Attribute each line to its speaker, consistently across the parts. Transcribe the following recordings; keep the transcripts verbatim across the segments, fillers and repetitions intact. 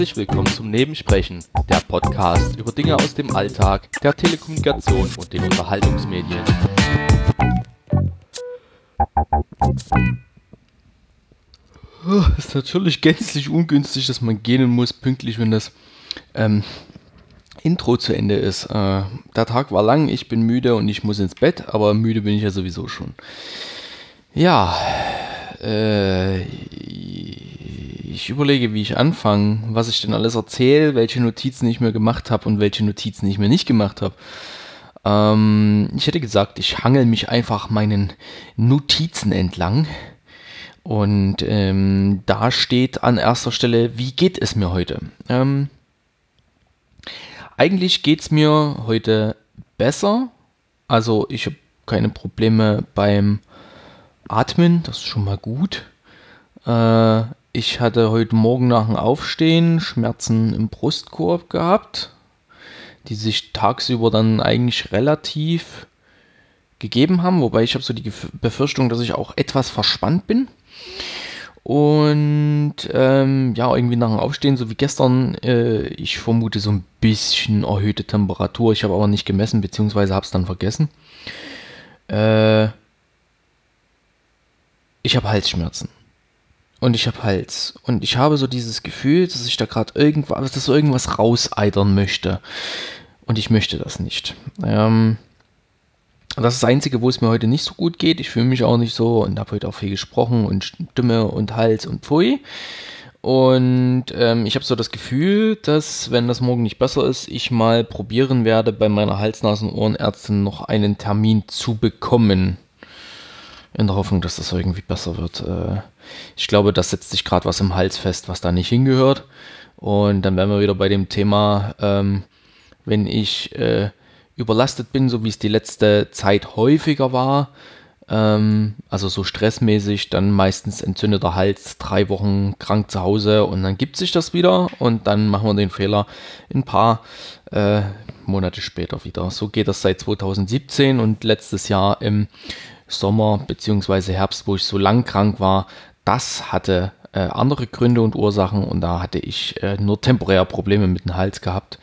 Speaker 1: Herzlich willkommen zum Nebensprechen, der Podcast über Dinge aus dem Alltag, der Telekommunikation und den Unterhaltungsmedien. Es ist natürlich gänzlich ungünstig, dass man gehen muss, pünktlich, wenn das ähm, Intro zu Ende ist. Äh, der Tag war lang, ich bin müde und ich muss ins Bett, aber müde bin ich ja sowieso schon. Ja, äh, ich überlege, wie ich anfange, was ich denn alles erzähle, welche Notizen ich mir gemacht habe und welche Notizen ich mir nicht gemacht habe. Ähm, ich hätte gesagt, ich hangel mich einfach meinen Notizen entlang. Und ähm, da steht an erster Stelle, wie geht es mir heute? Ähm, eigentlich geht es mir heute besser. Also ich habe keine Probleme beim Atmen, das ist schon mal gut. Äh, ich hatte heute Morgen nach dem Aufstehen Schmerzen im Brustkorb gehabt, die sich tagsüber dann eigentlich relativ gegeben haben. Wobei ich habe so die Befürchtung, dass ich auch etwas verspannt bin. Und ähm, ja, irgendwie nach dem Aufstehen, so wie gestern, äh, ich vermute so ein bisschen erhöhte Temperatur. Ich habe aber nicht gemessen, beziehungsweise habe es dann vergessen. Äh, ich habe Halsschmerzen. Und ich habe Hals. Und ich habe so dieses Gefühl, dass ich da gerade irgendwas, dass irgendwas rauseitern möchte. Und ich möchte das nicht. Ähm... Das ist das Einzige, wo es mir heute nicht so gut geht. Ich fühle mich auch nicht so und habe heute auch viel gesprochen und Stimme und Hals und Pfui. Und ähm, ich habe so das Gefühl, dass, wenn das morgen nicht besser ist, ich mal probieren werde, bei meiner Hals-Nasen-Ohrenärztin noch einen Termin zu bekommen. In der Hoffnung, dass das irgendwie besser wird. Äh, ich glaube, das setzt sich gerade was im Hals fest, was da nicht hingehört. Und dann wären wir wieder bei dem Thema, ähm, wenn ich... Äh, überlastet bin, so wie es die letzte Zeit häufiger war, ähm, also so stressmäßig, dann meistens entzündeter Hals, drei Wochen krank zu Hause und dann gibt sich das wieder und dann machen wir den Fehler ein paar äh, Monate später wieder. So geht das seit zweitausendsiebzehn und letztes Jahr im Sommer bzw. Herbst, wo ich so lang krank war, das hatte äh, andere Gründe und Ursachen und da hatte ich äh, nur temporär Probleme mit dem Hals gehabt.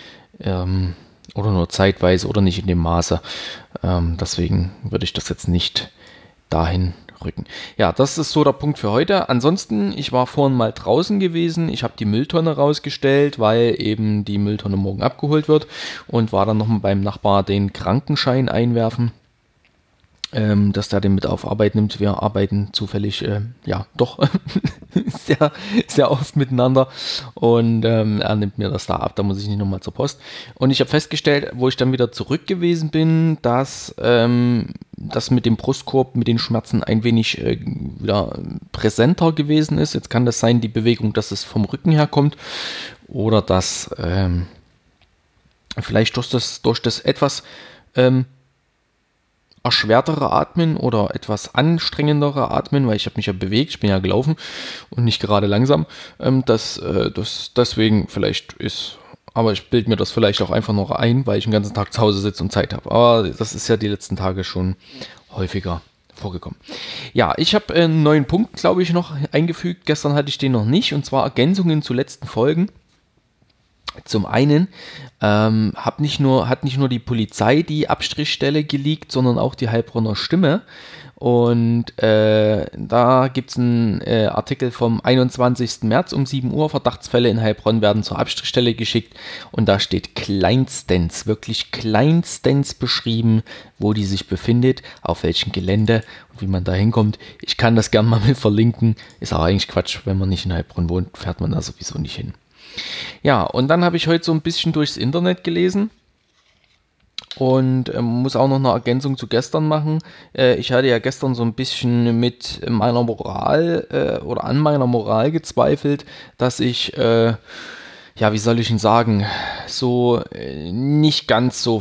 Speaker 1: Ähm, Oder nur zeitweise oder nicht in dem Maße. Ähm, deswegen würde ich das jetzt nicht dahin rücken. Ja, das ist so der Punkt für heute. Ansonsten, ich war vorhin mal draußen gewesen. Ich habe die Mülltonne rausgestellt, weil eben die Mülltonne morgen abgeholt wird. Und war dann nochmal beim Nachbar den Krankenschein einwerfen. Ähm, dass der den mit auf Arbeit nimmt. Wir arbeiten zufällig, äh, ja, doch sehr, sehr oft miteinander und ähm, er nimmt mir das da ab, da muss ich nicht nochmal zur Post. Und ich habe festgestellt, wo ich dann wieder zurück gewesen bin, dass ähm, das mit dem Brustkorb, mit den Schmerzen ein wenig äh, wieder präsenter gewesen ist. Jetzt kann das sein, die Bewegung, dass es vom Rücken her kommt oder dass ähm, vielleicht durch das, durch das etwas ähm, erschwertere Atmen oder etwas anstrengendere Atmen, weil ich habe mich ja bewegt, ich bin ja gelaufen und nicht gerade langsam, ähm, dass äh, das deswegen vielleicht ist, aber ich bilde mir das vielleicht auch einfach noch ein, weil ich den ganzen Tag zu Hause sitze und Zeit habe. Aber das ist ja die letzten Tage schon häufiger vorgekommen. Ja, ich habe einen neuen Punkt, glaube ich, noch eingefügt. Gestern hatte ich den noch nicht, und zwar Ergänzungen zu letzten Folgen. Zum einen ähm, hab nicht nur, hat nicht nur die Polizei die Abstrichstelle geleakt, sondern auch die Heilbronner Stimme. Und äh, da gibt es einen äh, Artikel vom einundzwanzigsten März um sieben Uhr. Verdachtsfälle in Heilbronn werden zur Abstrichstelle geschickt. Und da steht kleinstens, wirklich kleinstens beschrieben, wo die sich befindet, auf welchem Gelände und wie man da hinkommt. Ich kann das gerne mal mit verlinken. Ist aber eigentlich Quatsch, wenn man nicht in Heilbronn wohnt, fährt man da sowieso nicht hin. Ja, und dann habe ich heute so ein bisschen durchs Internet gelesen und äh, muss auch noch eine Ergänzung zu gestern machen. Äh, ich hatte ja gestern so ein bisschen mit meiner Moral äh, oder an meiner Moral gezweifelt, dass ich, äh, ja, wie soll ich denn sagen, so äh, nicht ganz so...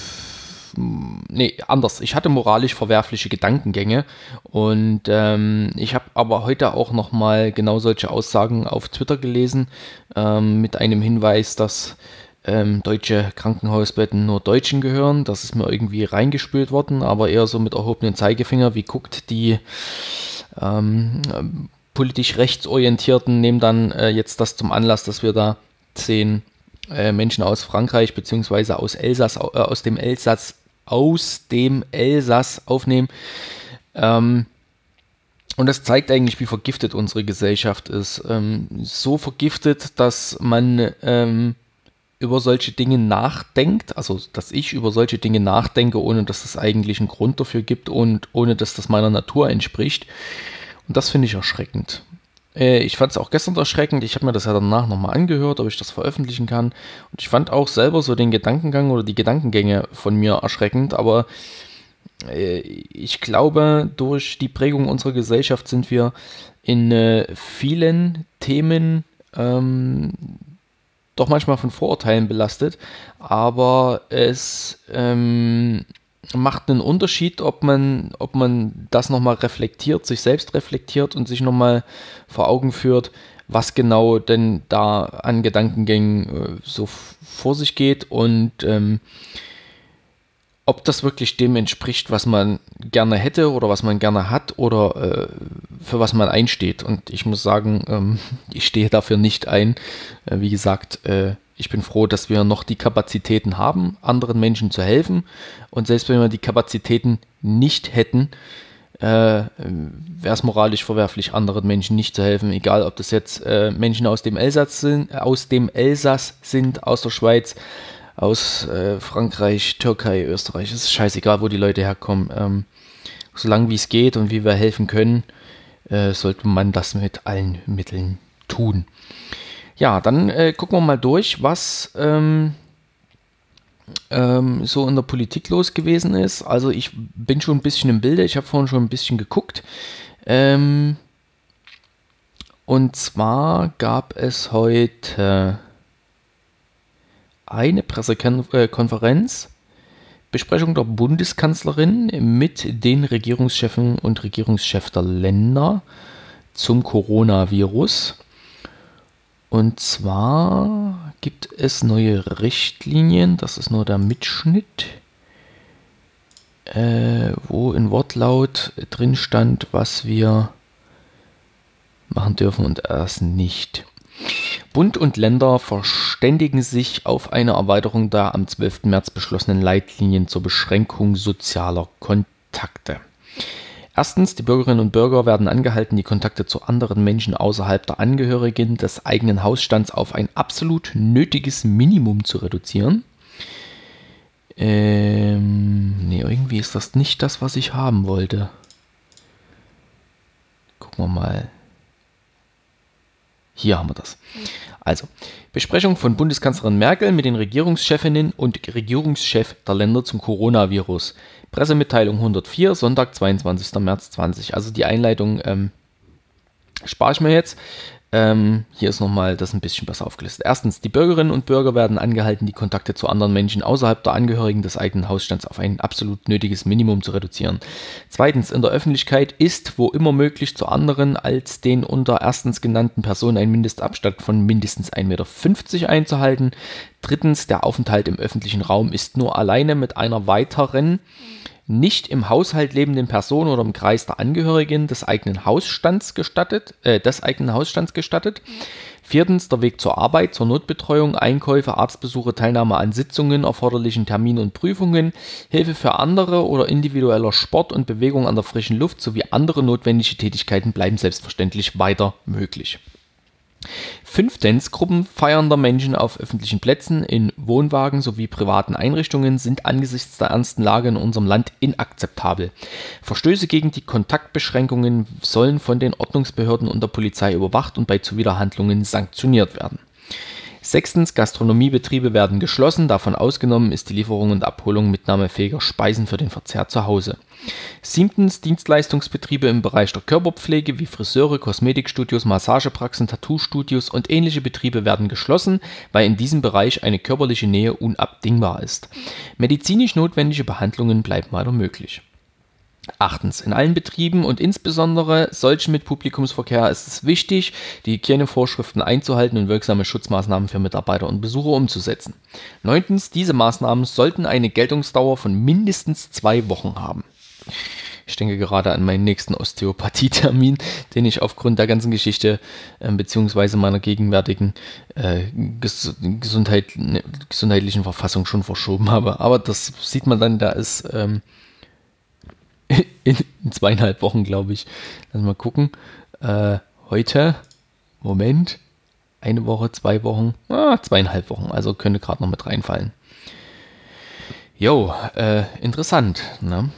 Speaker 1: Nee, anders. Ich hatte moralisch verwerfliche Gedankengänge und ähm, ich habe aber heute auch nochmal genau solche Aussagen auf Twitter gelesen ähm, mit einem Hinweis, dass ähm, deutsche Krankenhausbetten nur Deutschen gehören. Das ist mir irgendwie reingespült worden, aber eher so mit erhobenem Zeigefinger. Wie guckt die ähm, politisch Rechtsorientierten nehmen dann äh, jetzt das zum Anlass, dass wir da zehn äh, Menschen aus Frankreich beziehungsweise aus Elsass, äh, aus dem Elsass, aus dem Elsass aufnehmen. Ähm, und das zeigt eigentlich, wie vergiftet unsere Gesellschaft ist. Ähm, so vergiftet, dass man ähm, über solche Dinge nachdenkt, also dass ich über solche Dinge nachdenke, ohne dass es eigentlich einen Grund dafür gibt und ohne dass das meiner Natur entspricht. Und das finde ich erschreckend. Äh, ich fand es auch gestern erschreckend. Ich habe mir das ja danach nochmal angehört, ob ich das veröffentlichen kann. Und ich fand auch selber so den Gedankengang oder die Gedankengänge von mir erschreckend. Aber äh, ich glaube, durch die Prägung unserer Gesellschaft sind wir in äh, vielen Themen ähm, doch manchmal von Vorurteilen belastet. Aber es ähm, macht einen Unterschied, ob man, ob man das nochmal reflektiert, sich selbst reflektiert und sich nochmal vor Augen führt, was genau denn da an Gedankengängen äh, so f- vor sich geht und ähm, ob das wirklich dem entspricht, was man gerne hätte oder was man gerne hat oder äh, für was man einsteht. Und ich muss sagen, ähm, ich stehe dafür nicht ein. Äh, wie gesagt, äh, ich bin froh, dass wir noch die Kapazitäten haben, anderen Menschen zu helfen. Und selbst wenn wir die Kapazitäten nicht hätten, äh, wäre es moralisch verwerflich, anderen Menschen nicht zu helfen. Egal, ob das jetzt äh, Menschen aus dem Elsass sind, aus dem Elsass sind, aus der Schweiz, aus äh, Frankreich, Türkei, Österreich. Es ist scheißegal, wo die Leute herkommen. Ähm, solange wie es geht und wie wir helfen können, äh, sollte man das mit allen Mitteln tun. Ja, dann äh, gucken wir mal durch, was ähm, ähm, so in der Politik los gewesen ist. Also ich bin schon ein bisschen im Bilde. Ich habe vorhin schon ein bisschen geguckt. Ähm, und zwar gab es heute eine Pressekonferenz, Besprechung der Bundeskanzlerin mit den Regierungschefen und Regierungschefs der Länder zum Coronavirus. Und zwar gibt es neue Richtlinien, das ist nur der Mitschnitt, äh, wo in Wortlaut drin stand, was wir machen dürfen und erst nicht. Bund und Länder verständigen sich auf eine Erweiterung der am zwölften März beschlossenen Leitlinien zur Beschränkung sozialer Kontakte. Erstens, die Bürgerinnen und Bürger werden angehalten, die Kontakte zu anderen Menschen außerhalb der Angehörigen des eigenen Hausstands auf ein absolut nötiges Minimum zu reduzieren. Ähm, nee, irgendwie ist das nicht das, was ich haben wollte. Gucken wir mal. Hier haben wir das. Also, Besprechung von Bundeskanzlerin Merkel mit den Regierungschefinnen und Regierungschef der Länder zum Coronavirus. Pressemitteilung hundertvier, Sonntag, zweiundzwanzigster März zwanzig. Also die Einleitung ähm, spare ich mir jetzt. Ähm, hier ist nochmal das ein bisschen besser aufgelistet. Erstens, die Bürgerinnen und Bürger werden angehalten, die Kontakte zu anderen Menschen außerhalb der Angehörigen des eigenen Hausstands auf ein absolut nötiges Minimum zu reduzieren. Zweitens, in der Öffentlichkeit ist, wo immer möglich, zu anderen als den unter erstens genannten Personen ein Mindestabstand von mindestens ein Meter fünfzig einzuhalten. Drittens, der Aufenthalt im öffentlichen Raum ist nur alleine mit einer weiteren nicht im Haushalt lebenden Person oder im Kreis der Angehörigen des eigenen Hausstands gestattet, äh, des eigenen Hausstands gestattet. Viertens, der Weg zur Arbeit, zur Notbetreuung, Einkäufe, Arztbesuche, Teilnahme an Sitzungen, erforderlichen Terminen und Prüfungen, Hilfe für andere oder individueller Sport und Bewegung an der frischen Luft sowie andere notwendige Tätigkeiten bleiben selbstverständlich weiter möglich. Fünftens, Gruppen feiernder Menschen auf öffentlichen Plätzen, in Wohnwagen sowie privaten Einrichtungen sind angesichts der ernsten Lage in unserem Land inakzeptabel. Verstöße gegen die Kontaktbeschränkungen sollen von den Ordnungsbehörden und der Polizei überwacht und bei Zuwiderhandlungen sanktioniert werden. Sechstens, Gastronomiebetriebe werden geschlossen, davon ausgenommen ist die Lieferung und Abholung mitnahmefähiger Speisen für den Verzehr zu Hause. Siebtens, Dienstleistungsbetriebe im Bereich der Körperpflege wie Friseure, Kosmetikstudios, Massagepraxen, Tattoo-Studios und ähnliche Betriebe werden geschlossen, weil in diesem Bereich eine körperliche Nähe unabdingbar ist. Medizinisch notwendige Behandlungen bleiben weiter möglich. Achtens, in allen Betrieben und insbesondere solchen mit Publikumsverkehr ist es wichtig, die Hygienevorschriften einzuhalten und wirksame Schutzmaßnahmen für Mitarbeiter und Besucher umzusetzen. Neuntens, diese Maßnahmen sollten eine Geltungsdauer von mindestens zwei Wochen haben. denke gerade an meinen nächsten Osteopathie-Termin, den ich aufgrund der ganzen Geschichte äh, beziehungsweise meiner gegenwärtigen äh, ges Gesundheit ne, gesundheitlichen Verfassung schon verschoben habe. Aber das sieht man dann, da ist ähm, in, in zweieinhalb Wochen, glaube ich. Lass mal gucken. Äh, heute, Moment, eine Woche, zwei Wochen, ah, zweieinhalb Wochen, also könnte gerade noch mit reinfallen. Jo, äh, interessant, ne?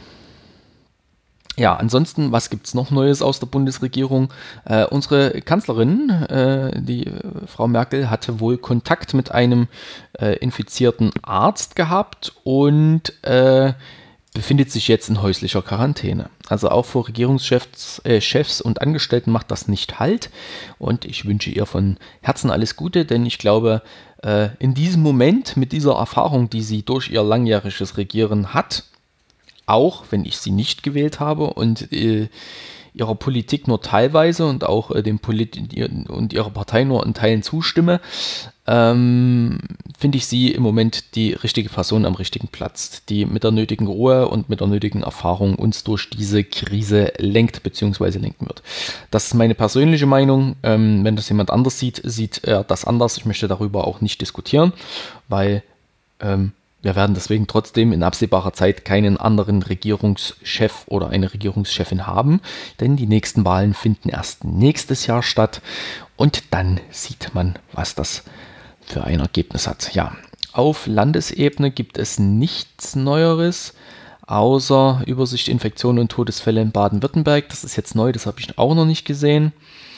Speaker 1: Ja, ansonsten, was gibt's noch Neues aus der Bundesregierung? Äh, unsere Kanzlerin, äh, die äh, Frau Merkel, hatte wohl Kontakt mit einem äh, infizierten Arzt gehabt und äh, befindet sich jetzt in häuslicher Quarantäne. Also auch vor Regierungschefs äh, Chefs und Angestellten macht das nicht Halt. Und ich wünsche ihr von Herzen alles Gute, denn ich glaube, äh, in diesem Moment mit dieser Erfahrung, die sie durch ihr langjähriges Regieren hat, auch wenn ich sie nicht gewählt habe und äh, ihrer Politik nur teilweise und auch äh, dem Polit und ihrer Partei nur in Teilen zustimme, ähm, finde ich sie im Moment die richtige Person am richtigen Platz, die mit der nötigen Ruhe und mit der nötigen Erfahrung uns durch diese Krise lenkt bzw. lenken wird. Das ist meine persönliche Meinung. Ähm, wenn das jemand anders sieht, sieht er das anders. Ich möchte darüber auch nicht diskutieren, weil ähm, wir werden deswegen trotzdem in absehbarer Zeit keinen anderen Regierungschef oder eine Regierungschefin haben, denn die nächsten Wahlen finden erst nächstes Jahr statt und dann sieht man, was das für ein Ergebnis hat. Ja, auf Landesebene gibt es nichts Neueres, außer Übersicht Infektionen und Todesfälle in Baden-Württemberg. Das ist jetzt neu, das habe ich auch noch nicht gesehen.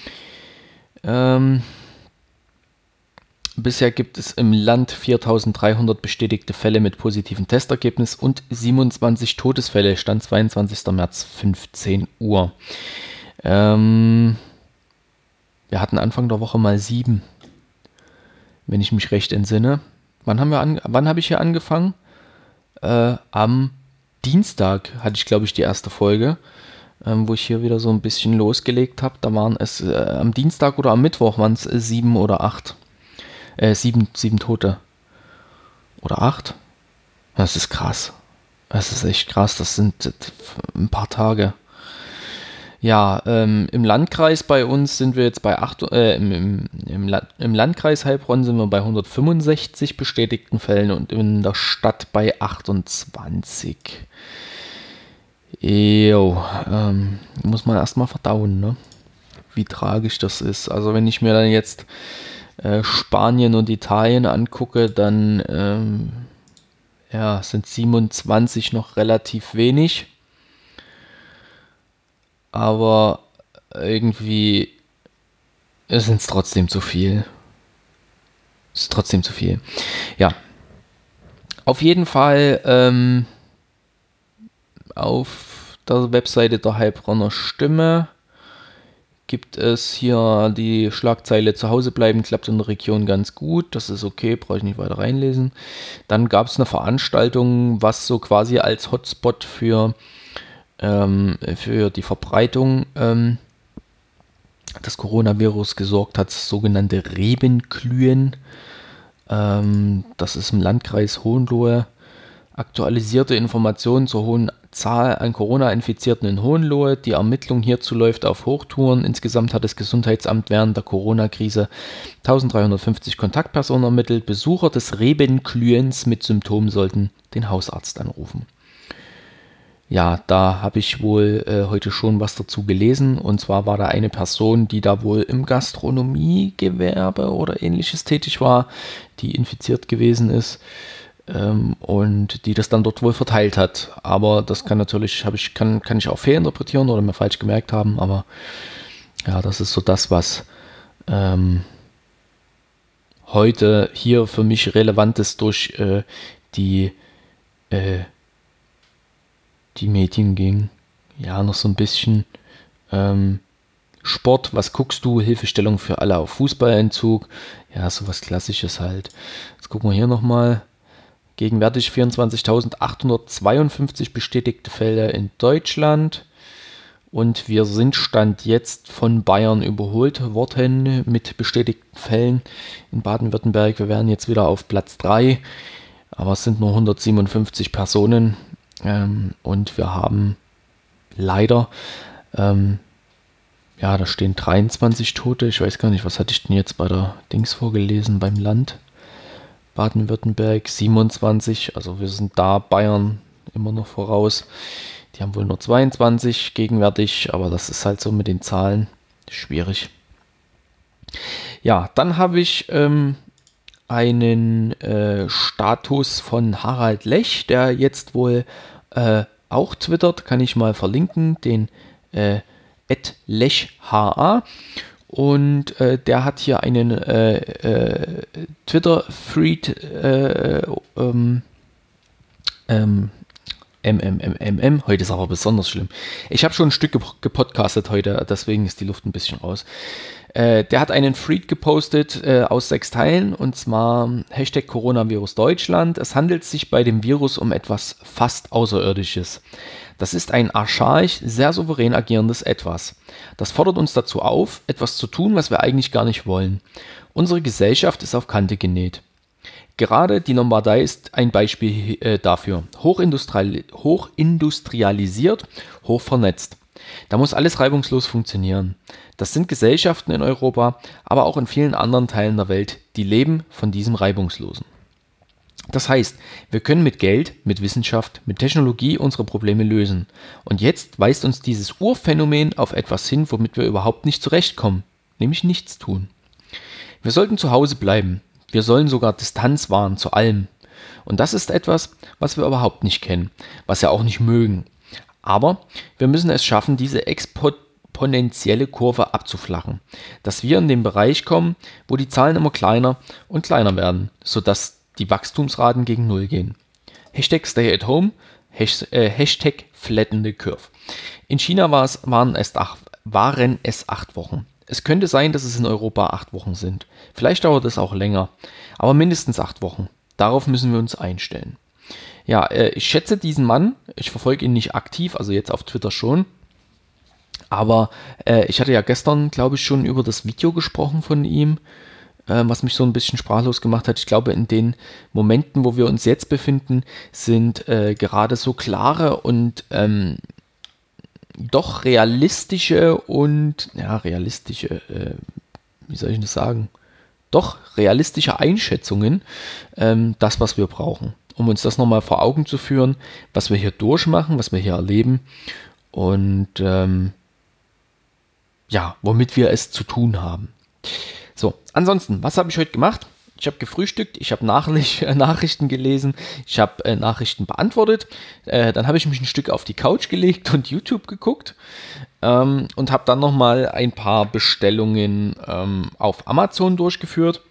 Speaker 1: Ähm... Bisher gibt es im Land viertausenddreihundert bestätigte Fälle mit positivem Testergebnis und siebenundzwanzig Todesfälle, Stand zweiundzwanzigster März, fünfzehn Uhr. Ähm, wir hatten Anfang der Woche mal sieben, wenn ich mich recht entsinne. Wann haben wir an, wann habe ich hier angefangen? Äh, am Dienstag hatte ich, glaube ich, die erste Folge, ähm, wo ich hier wieder so ein bisschen losgelegt habe. Da waren es äh, am Dienstag oder am Mittwoch waren es äh, sieben oder acht. Äh, sieben, sieben Tote. Oder acht? Das ist krass. Das ist echt krass. Das sind äh, ein paar Tage. Ja, ähm, im Landkreis bei uns sind wir jetzt bei acht, äh, im, im, im, La im Landkreis Heilbronn sind wir bei hundertfünfundsechzig bestätigten Fällen und in der Stadt bei achtundzwanzig. Jo, ähm, muss man erstmal verdauen, ne? Wie tragisch das ist. Also wenn ich mir dann jetzt Spanien und Italien angucke, dann ähm, ja, sind siebenundzwanzig noch relativ wenig. Aber irgendwie sind es trotzdem zu viel. Es ist trotzdem zu viel. Ja. Auf jeden Fall ähm, auf der Webseite der Heilbronner Stimme gibt es hier die Schlagzeile zu Hause bleiben, klappt in der Region ganz gut. Das ist okay, brauche ich nicht weiter reinlesen. Dann gab es eine Veranstaltung, was so quasi als Hotspot für, ähm, für die Verbreitung ähm, des Coronavirus gesorgt hat, das sogenannte Rebenglühen. Ähm, das ist im Landkreis Hohenlohe. Aktualisierte Informationen zur hohen Zahl an Corona-Infizierten in Hohenlohe. Die Ermittlung hierzu läuft auf Hochtouren. Insgesamt hat das Gesundheitsamt während der Corona-Krise eintausenddreihundertfünfzig Kontaktpersonen ermittelt. Besucher des Rebenglühens mit Symptomen sollten den Hausarzt anrufen. Ja, da habe ich wohl äh, heute schon was dazu gelesen. Und zwar war da eine Person, die da wohl im Gastronomiegewerbe oder ähnliches tätig war, die infiziert gewesen ist. Und die das dann dort wohl verteilt hat. Aber das kann natürlich, habe ich, kann, kann ich auch fehlinterpretieren oder mir falsch gemerkt haben. Aber ja, das ist so das, was ähm, heute hier für mich relevant ist durch äh, die, äh, die Medien ging. Ja, noch so ein bisschen ähm, Sport. Was guckst du? Hilfestellung für alle auf Fußballentzug. Ja, sowas Klassisches halt. Jetzt gucken wir hier nochmal. Gegenwärtig vierundzwanzigtausendachthundertzweiundfünfzig bestätigte Fälle in Deutschland und wir sind Stand jetzt von Bayern überholt worden mit bestätigten Fällen in Baden-Württemberg. Wir wären jetzt wieder auf Platz drei, aber es sind nur hundertsiebenundfünfzig Personen ähm, und wir haben leider. Ähm, ja, da stehen dreiundzwanzig Tote. Ich weiß gar nicht, was hatte ich denn jetzt bei der Dings vorgelesen, beim Land? Baden-Württemberg siebenundzwanzig, also wir sind da Bayern immer noch voraus. Die haben wohl nur zweiundzwanzig gegenwärtig, aber das ist halt so mit den Zahlen schwierig. Ja, dann habe ich ähm, einen äh, Status von Harald Lech, der jetzt wohl äh, auch twittert, kann ich mal verlinken, den äh, at lechha. Und äh, der hat hier einen äh, äh, Twitter-Thread äh, ähm, ähm, MMMMM, heute ist aber besonders schlimm. Ich habe schon ein Stück gepodcastet heute, deswegen ist die Luft ein bisschen raus. Äh, der hat einen Thread gepostet äh, aus sechs Teilen, und zwar Hashtag Coronavirus Deutschland. Es handelt sich bei dem Virus um etwas fast Außerirdisches. Das ist ein archaisch, sehr souverän agierendes Etwas. Das fordert uns dazu auf, etwas zu tun, was wir eigentlich gar nicht wollen. Unsere Gesellschaft ist auf Kante genäht. Gerade die Lombardei ist ein Beispiel äh, dafür. Hochindustri- hochindustrialisiert, hoch vernetzt. Da muss alles reibungslos funktionieren. Das sind Gesellschaften in Europa, aber auch in vielen anderen Teilen der Welt, die leben von diesem Reibungslosen. Das heißt, wir können mit Geld, mit Wissenschaft, mit Technologie unsere Probleme lösen. Und jetzt weist uns dieses Urphänomen auf etwas hin, womit wir überhaupt nicht zurechtkommen, nämlich nichts tun. Wir sollten zu Hause bleiben. Wir sollen sogar Distanz wahren zu allem. Und das ist etwas, was wir überhaupt nicht kennen, was wir auch nicht mögen. Aber wir müssen es schaffen, diese exponentielle Kurve abzuflachen, dass wir in den Bereich kommen, wo die Zahlen immer kleiner und kleiner werden, sodass die Wachstumsraten gegen Null gehen. Hashtag Stay at Home, Hashtag Flatten the Curve. In China war es, waren, es ach, waren es acht Wochen. Es könnte sein, dass es in Europa acht Wochen sind. Vielleicht dauert es auch länger, aber mindestens acht Wochen. Darauf müssen wir uns einstellen. Ja, äh, ich schätze diesen Mann. Ich verfolge ihn nicht aktiv, also jetzt auf Twitter schon. Aber äh, ich hatte ja gestern, glaube ich, schon über das Video gesprochen von ihm, äh, was mich so ein bisschen sprachlos gemacht hat. Ich glaube, in den Momenten, wo wir uns jetzt befinden, sind äh, gerade so klare und ähm, doch realistische und, ja, realistische, äh, wie soll ich das sagen? Doch realistische Einschätzungen, ähm, das, was wir brauchen, um uns das nochmal vor Augen zu führen, was wir hier durchmachen, was wir hier erleben und ähm, ja, womit wir es zu tun haben. So, ansonsten, was habe ich heute gemacht? Ich habe gefrühstückt, ich habe Nachrichten gelesen, ich habe äh, Nachrichten beantwortet, äh, dann habe ich mich ein Stück auf die Couch gelegt und YouTube geguckt ähm, und habe dann nochmal ein paar Bestellungen ähm, auf Amazon durchgeführt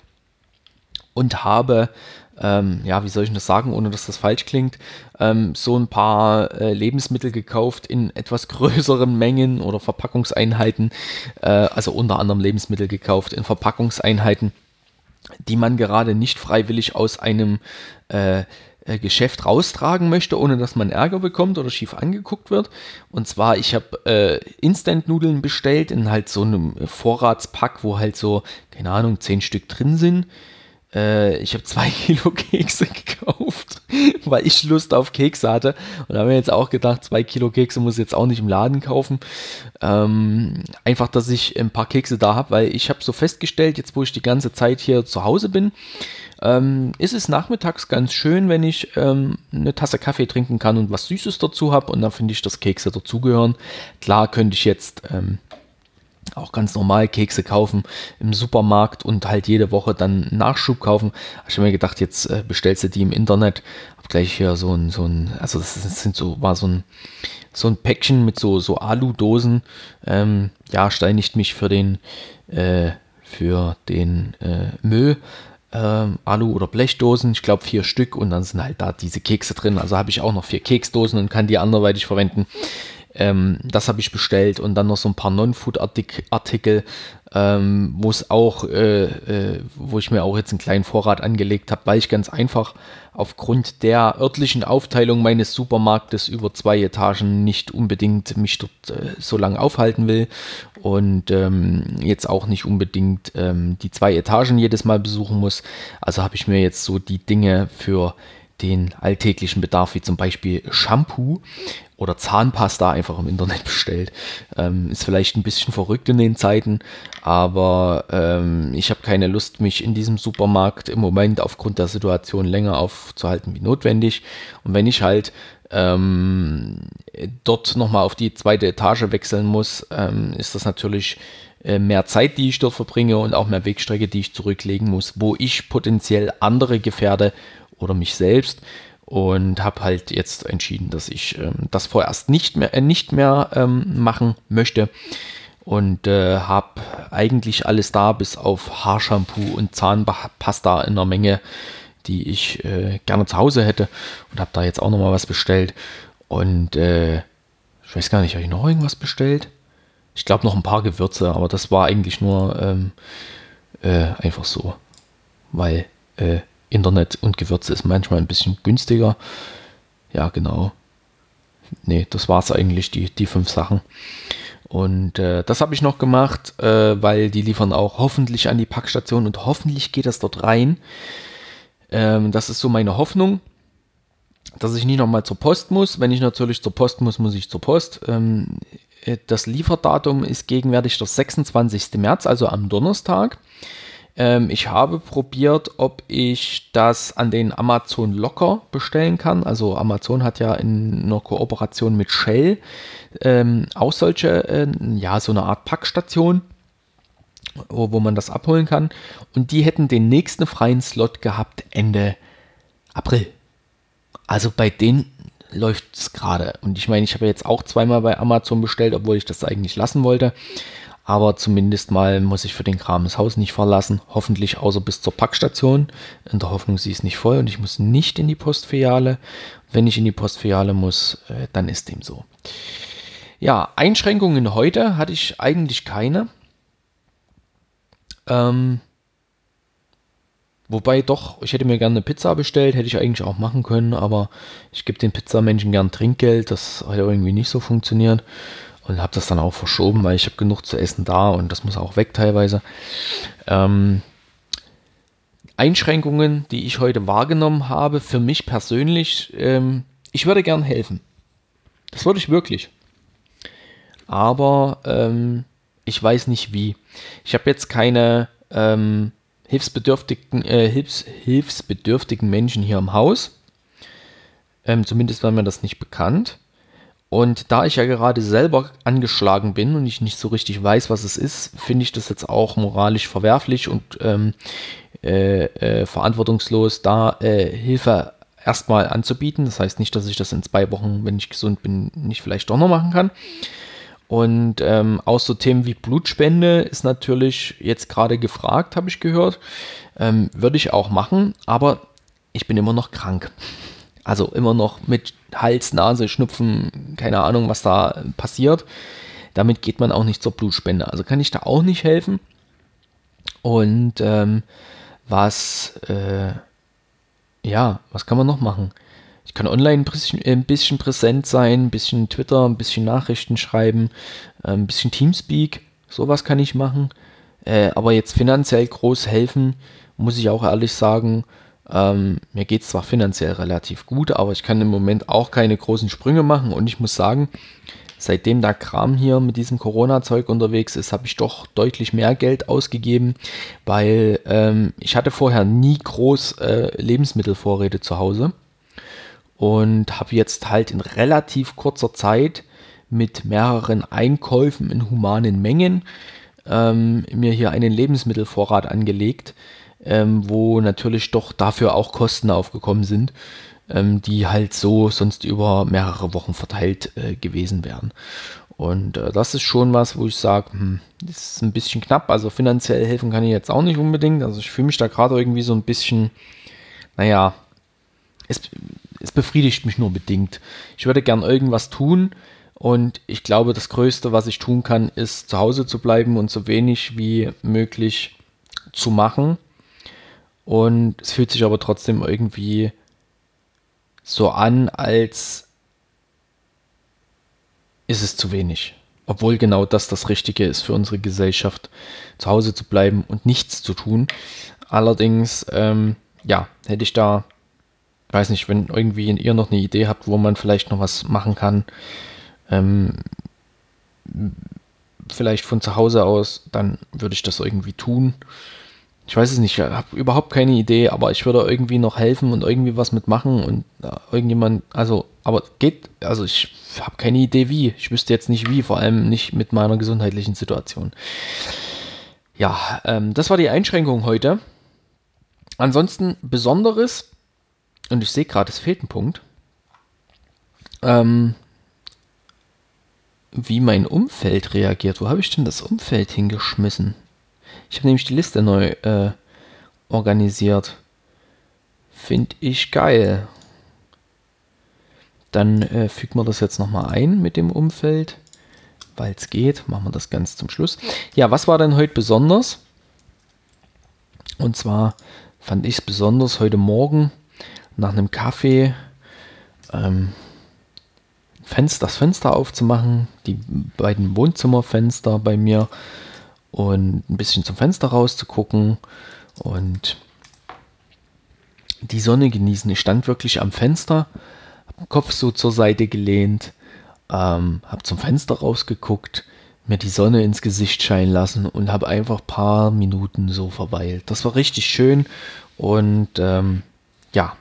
Speaker 1: und habe, ähm, ja, wie soll ich das sagen, ohne dass das falsch klingt, ähm, so ein paar äh, Lebensmittel gekauft in etwas größeren Mengen oder Verpackungseinheiten, äh, also unter anderem Lebensmittel gekauft in Verpackungseinheiten, die man gerade nicht freiwillig aus einem äh, äh, Geschäft raustragen möchte, ohne dass man Ärger bekommt oder schief angeguckt wird. Und zwar, ich habe äh, Instant-Nudeln bestellt in halt so einem Vorratspack, wo halt so, keine Ahnung, zehn Stück drin sind. Äh, ich habe zwei Kilo Kekse gekauft, weil ich Lust auf Kekse hatte. Und da habe ich jetzt auch gedacht, zwei Kilo Kekse muss ich jetzt auch nicht im Laden kaufen. Ähm, einfach, dass ich ein paar Kekse da habe, weil ich habe so festgestellt, jetzt wo ich die ganze Zeit hier zu Hause bin, ähm, ist es nachmittags ganz schön, wenn ich ähm, eine Tasse Kaffee trinken kann und was Süßes dazu habe. Und da finde ich, dass Kekse dazugehören. Klar könnte ich jetzt ähm, auch ganz normal Kekse kaufen im Supermarkt und halt jede Woche dann Nachschub kaufen. Ich habe mir gedacht, jetzt äh, bestellst du die im Internet. Hab gleich hier so ein, so ein, also das sind so, war so ein, so ein Päckchen mit so, so Alu-Dosen. Ähm, ja, steinigt mich für den, äh, für den äh, Müll. Ähm, Alu- oder Blechdosen, ich glaube vier Stück, und dann sind halt da diese Kekse drin. Also habe ich auch noch vier Keksdosen und kann die anderweitig verwenden. Ähm, das habe ich bestellt, und dann noch so ein paar Non-Food-Artikel, ähm, wo es auch, äh, äh, wo ich mir auch jetzt einen kleinen Vorrat angelegt habe, weil ich ganz einfach aufgrund der örtlichen Aufteilung meines Supermarktes über zwei Etagen nicht unbedingt mich dort äh, so lange aufhalten will und ähm, jetzt auch nicht unbedingt ähm, die zwei Etagen jedes Mal besuchen muss. Also habe ich mir jetzt so die Dinge für den alltäglichen Bedarf, wie zum Beispiel Shampoo oder Zahnpasta, einfach im Internet bestellt. Ähm, ist vielleicht ein bisschen verrückt in den Zeiten, aber ähm, ich habe keine Lust, mich in diesem Supermarkt im Moment aufgrund der Situation länger aufzuhalten wie notwendig. Und wenn ich halt ähm, dort nochmal auf die zweite Etage wechseln muss, ähm, ist das natürlich äh, mehr Zeit, die ich dort verbringe und auch mehr Wegstrecke, die ich zurücklegen muss, wo ich potenziell andere gefährde oder mich selbst, und habe halt jetzt entschieden, dass ich ähm, das vorerst nicht mehr, äh, nicht mehr ähm, machen möchte und äh, habe eigentlich alles da, bis auf Haarshampoo und Zahnpasta in einer Menge, die ich äh, gerne zu Hause hätte, und habe da jetzt auch nochmal was bestellt und äh, ich weiß gar nicht, habe ich noch irgendwas bestellt? Ich glaube noch ein paar Gewürze, aber das war eigentlich nur ähm, äh, einfach so, weil äh, Internet und Gewürze ist manchmal ein bisschen günstiger. Ja, genau. Nee, das war es eigentlich, die, die fünf Sachen. Und äh, das habe ich noch gemacht, äh, weil die liefern auch hoffentlich an die Packstation und hoffentlich geht das dort rein. Ähm, das ist so meine Hoffnung, dass ich nicht nochmal zur Post muss. Wenn ich natürlich zur Post muss, muss ich zur Post. Ähm, das Lieferdatum ist gegenwärtig der sechsundzwanzigsten März, also am Donnerstag. Ähm, ich habe probiert, ob ich das an den Amazon Locker bestellen kann. Also Amazon hat ja in einer Kooperation mit Shell ähm, auch solche, äh, ja, so eine Art Packstation, wo, wo man das abholen kann. Und die hätten den nächsten freien Slot gehabt Ende April. Also bei denen läuft es gerade. Und ich meine, ich habe jetzt auch zweimal bei Amazon bestellt, obwohl ich das eigentlich lassen wollte. Aber zumindest mal muss ich für den Kram das Haus nicht verlassen. Hoffentlich außer bis zur Packstation. In der Hoffnung, sie ist nicht voll und ich muss nicht in die Postfiliale. Wenn ich in die Postfiliale muss, äh, dann ist dem so. Ja, Einschränkungen heute hatte ich eigentlich keine. Ähm, wobei doch, ich hätte mir gerne eine Pizza bestellt, hätte ich eigentlich auch machen können, aber ich gebe den Pizzamenschen gern Trinkgeld. Das hat irgendwie nicht so funktioniert. Und habe das dann auch verschoben, weil ich habe genug zu essen da und das muss auch weg teilweise. Ähm, Einschränkungen, die ich heute wahrgenommen habe, für mich persönlich, ähm, ich würde gern helfen. Das würde ich wirklich. Aber ähm, ich weiß nicht wie. Ich habe jetzt keine ähm, hilfsbedürftigen, äh, hilfs, hilfsbedürftigen Menschen hier im Haus. Ähm, zumindest war mir das nicht bekannt. Und da ich ja gerade selber angeschlagen bin und ich nicht so richtig weiß, was es ist, finde ich das jetzt auch moralisch verwerflich und ähm, äh, äh, verantwortungslos, da äh, Hilfe erstmal anzubieten. Das heißt nicht, dass ich das in zwei Wochen, wenn ich gesund bin, nicht vielleicht doch noch machen kann. Und ähm, auch so Themen wie Blutspende ist natürlich jetzt gerade gefragt, habe ich gehört. Ähm, würde ich auch machen, aber ich bin immer noch krank. Also immer noch mit Hals, Nase, Schnupfen, keine Ahnung, was da passiert. Damit geht man auch nicht zur Blutspende. Also kann ich da auch nicht helfen. Und ähm, was, äh, ja, was kann man noch machen? Ich kann online ein bisschen, ein bisschen präsent sein, ein bisschen Twitter, ein bisschen Nachrichten schreiben, ein bisschen Teamspeak, sowas kann ich machen. Äh, aber jetzt finanziell groß helfen, muss ich auch ehrlich sagen. Ähm, mir geht es zwar finanziell relativ gut, aber ich kann im Moment auch keine großen Sprünge machen und ich muss sagen, seitdem der Kram hier mit diesem Corona-Zeug unterwegs ist, habe ich doch deutlich mehr Geld ausgegeben, weil ähm, ich hatte vorher nie groß äh, Lebensmittelvorräte zu Hause und habe jetzt halt in relativ kurzer Zeit mit mehreren Einkäufen in humanen Mengen ähm, mir hier einen Lebensmittelvorrat angelegt, Ähm, wo natürlich doch dafür auch Kosten aufgekommen sind, ähm, die halt so sonst über mehrere Wochen verteilt äh, gewesen wären. Und äh, das ist schon was, wo ich sage, hm, das ist ein bisschen knapp, also finanziell helfen kann ich jetzt auch nicht unbedingt, also ich fühle mich da gerade irgendwie so ein bisschen, naja, es, es befriedigt mich nur bedingt. Ich würde gern irgendwas tun und ich glaube, das Größte, was ich tun kann, ist zu Hause zu bleiben und so wenig wie möglich zu machen. Und es fühlt sich aber trotzdem irgendwie so an, als ist es zu wenig. Obwohl genau das das Richtige ist für unsere Gesellschaft, zu Hause zu bleiben und nichts zu tun. Allerdings, ähm, ja, hätte ich da Ich weiß nicht, wenn irgendwie ihr noch eine Idee habt, wo man vielleicht noch was machen kann, ähm, vielleicht von zu Hause aus, dann würde ich das irgendwie tun. Ich weiß es nicht, ich habe überhaupt keine Idee, aber ich würde irgendwie noch helfen und irgendwie was mitmachen und äh, irgendjemand, also, aber geht, also ich habe keine Idee wie, ich wüsste jetzt nicht wie, vor allem nicht mit meiner gesundheitlichen Situation. Ja, ähm, das war die Einschränkung heute. Ansonsten Besonderes, und ich sehe gerade, es fehlt ein Punkt, ähm, wie mein Umfeld reagiert. Wo habe ich denn das Umfeld hingeschmissen? Ich habe nämlich die Liste neu äh, organisiert. Finde ich geil. Dann äh, fügen wir das jetzt nochmal ein mit dem Umfeld, weil es geht. Machen wir das ganz zum Schluss. Ja, was war denn heute besonders? Und zwar fand ich es besonders heute Morgen nach einem Kaffee ähm, Fenster, das Fenster aufzumachen, die beiden Wohnzimmerfenster bei mir und ein bisschen zum Fenster rauszugucken und die Sonne genießen. Ich stand wirklich am Fenster, habe den Kopf so zur Seite gelehnt, ähm, habe zum Fenster rausgeguckt, mir die Sonne ins Gesicht scheinen lassen und habe einfach ein paar Minuten so verweilt. Das war richtig schön und ähm, ja,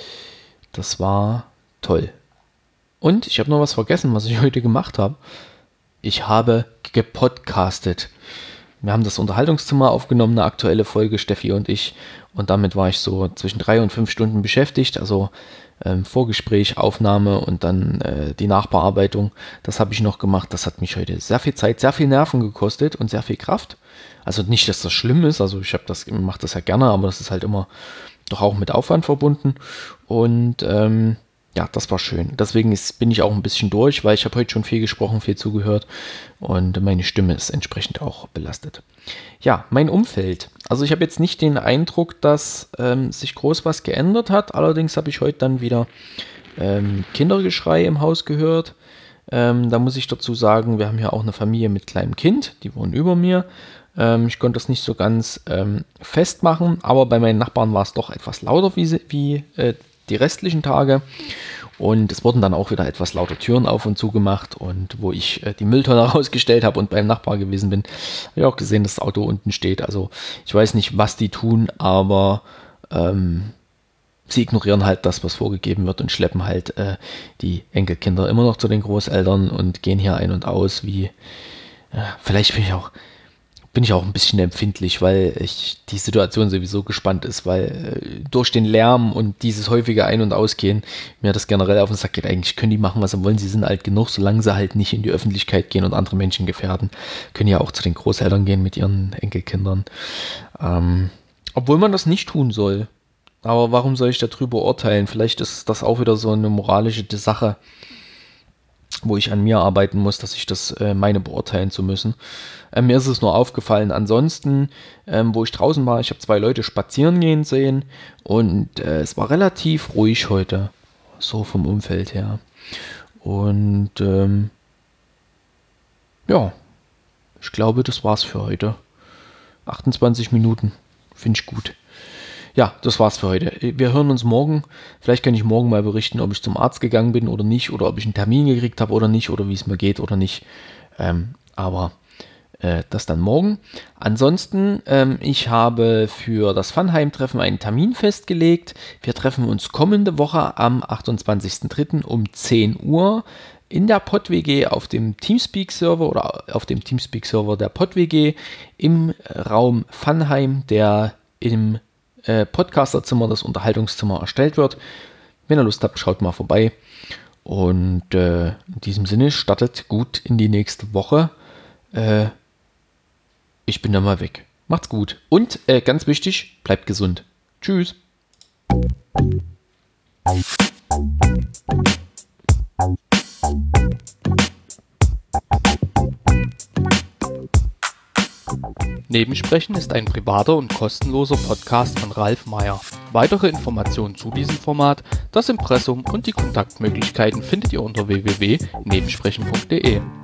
Speaker 1: das war toll. Und ich habe noch was vergessen, was ich heute gemacht habe. Ich habe gepodcastet. Wir haben das Unterhaltungszimmer aufgenommen, eine aktuelle Folge, Steffi und ich. Und damit war ich so zwischen drei und fünf Stunden beschäftigt. Also ähm, Vorgespräch, Aufnahme und dann äh, die Nachbearbeitung. Das habe ich noch gemacht. Das hat mich heute sehr viel Zeit, sehr viel Nerven gekostet und sehr viel Kraft. Also nicht, dass das schlimm ist. Also ich habe das, mache das ja gerne, aber das ist halt immer doch auch mit Aufwand verbunden. Und ähm, ja, das war schön. Deswegen ist, bin ich auch ein bisschen durch, weil ich habe heute schon viel gesprochen, viel zugehört und meine Stimme ist entsprechend auch belastet. Ja, mein Umfeld. Also ich habe jetzt nicht den Eindruck, dass ähm, sich groß was geändert hat. Allerdings habe ich heute dann wieder ähm, Kindergeschrei im Haus gehört. Ähm, da muss ich dazu sagen, wir haben ja auch eine Familie mit kleinem Kind, die wohnen über mir. Ähm, ich konnte das nicht so ganz ähm, festmachen, aber bei meinen Nachbarn war es doch etwas lauter wie, wie äh, die restlichen Tage und es wurden dann auch wieder etwas lauter Türen auf und zu gemacht und wo ich äh, die Mülltonne rausgestellt habe und beim Nachbar gewesen bin, habe ich auch gesehen, dass das Auto unten steht. Also ich weiß nicht, was die tun, aber ähm, sie ignorieren halt das, was vorgegeben wird und schleppen halt äh, die Enkelkinder immer noch zu den Großeltern und gehen hier ein und aus, wie äh, vielleicht bin ich auch bin ich auch ein bisschen empfindlich, weil ich die Situation sowieso gespannt ist, weil äh, durch den Lärm und dieses häufige Ein- und Ausgehen mir das generell auf den Sack geht. Eigentlich können die machen, was sie wollen. Sie sind alt genug, solange sie halt nicht in die Öffentlichkeit gehen und andere Menschen gefährden. Können ja auch zu den Großeltern gehen mit ihren Enkelkindern. Ähm, obwohl man das nicht tun soll. Aber warum soll ich darüber urteilen? Vielleicht ist das auch wieder so eine moralische Sache, wo ich an mir arbeiten muss, dass ich das äh, meine beurteilen zu müssen. Ähm, mir ist es nur aufgefallen, ansonsten, ähm, wo ich draußen war, ich habe zwei Leute spazieren gehen sehen und äh, es war relativ ruhig heute, so vom Umfeld her. Und ähm, ja, ich glaube, das war's für heute. achtundzwanzig Minuten, finde ich gut. Ja, das war's für heute. Wir hören uns morgen. Vielleicht kann ich morgen mal berichten, ob ich zum Arzt gegangen bin oder nicht, oder ob ich einen Termin gekriegt habe oder nicht, oder wie es mir geht oder nicht. Ähm, aber äh, das dann morgen. Ansonsten, ähm, ich habe für das Funheim-Treffen einen Termin festgelegt. Wir treffen uns kommende Woche am achtundzwanzigsten dritten um zehn Uhr in der PodWG auf dem Teamspeak-Server oder auf dem Teamspeak-Server der PodWG im Raum Funheim, der im Äh, Podcasterzimmer, das Unterhaltungszimmer erstellt wird. Wenn ihr Lust habt, schaut mal vorbei. Und äh, in diesem Sinne, startet gut in die nächste Woche. Äh, ich bin dann mal weg. Macht's gut. Und äh, ganz wichtig, bleibt gesund. Tschüss.
Speaker 2: Nebensprechen ist ein privater und kostenloser Podcast von Ralf Meyer. Weitere Informationen zu diesem Format, das Impressum und die Kontaktmöglichkeiten findet ihr unter w w w punkt nebensprechen punkt de.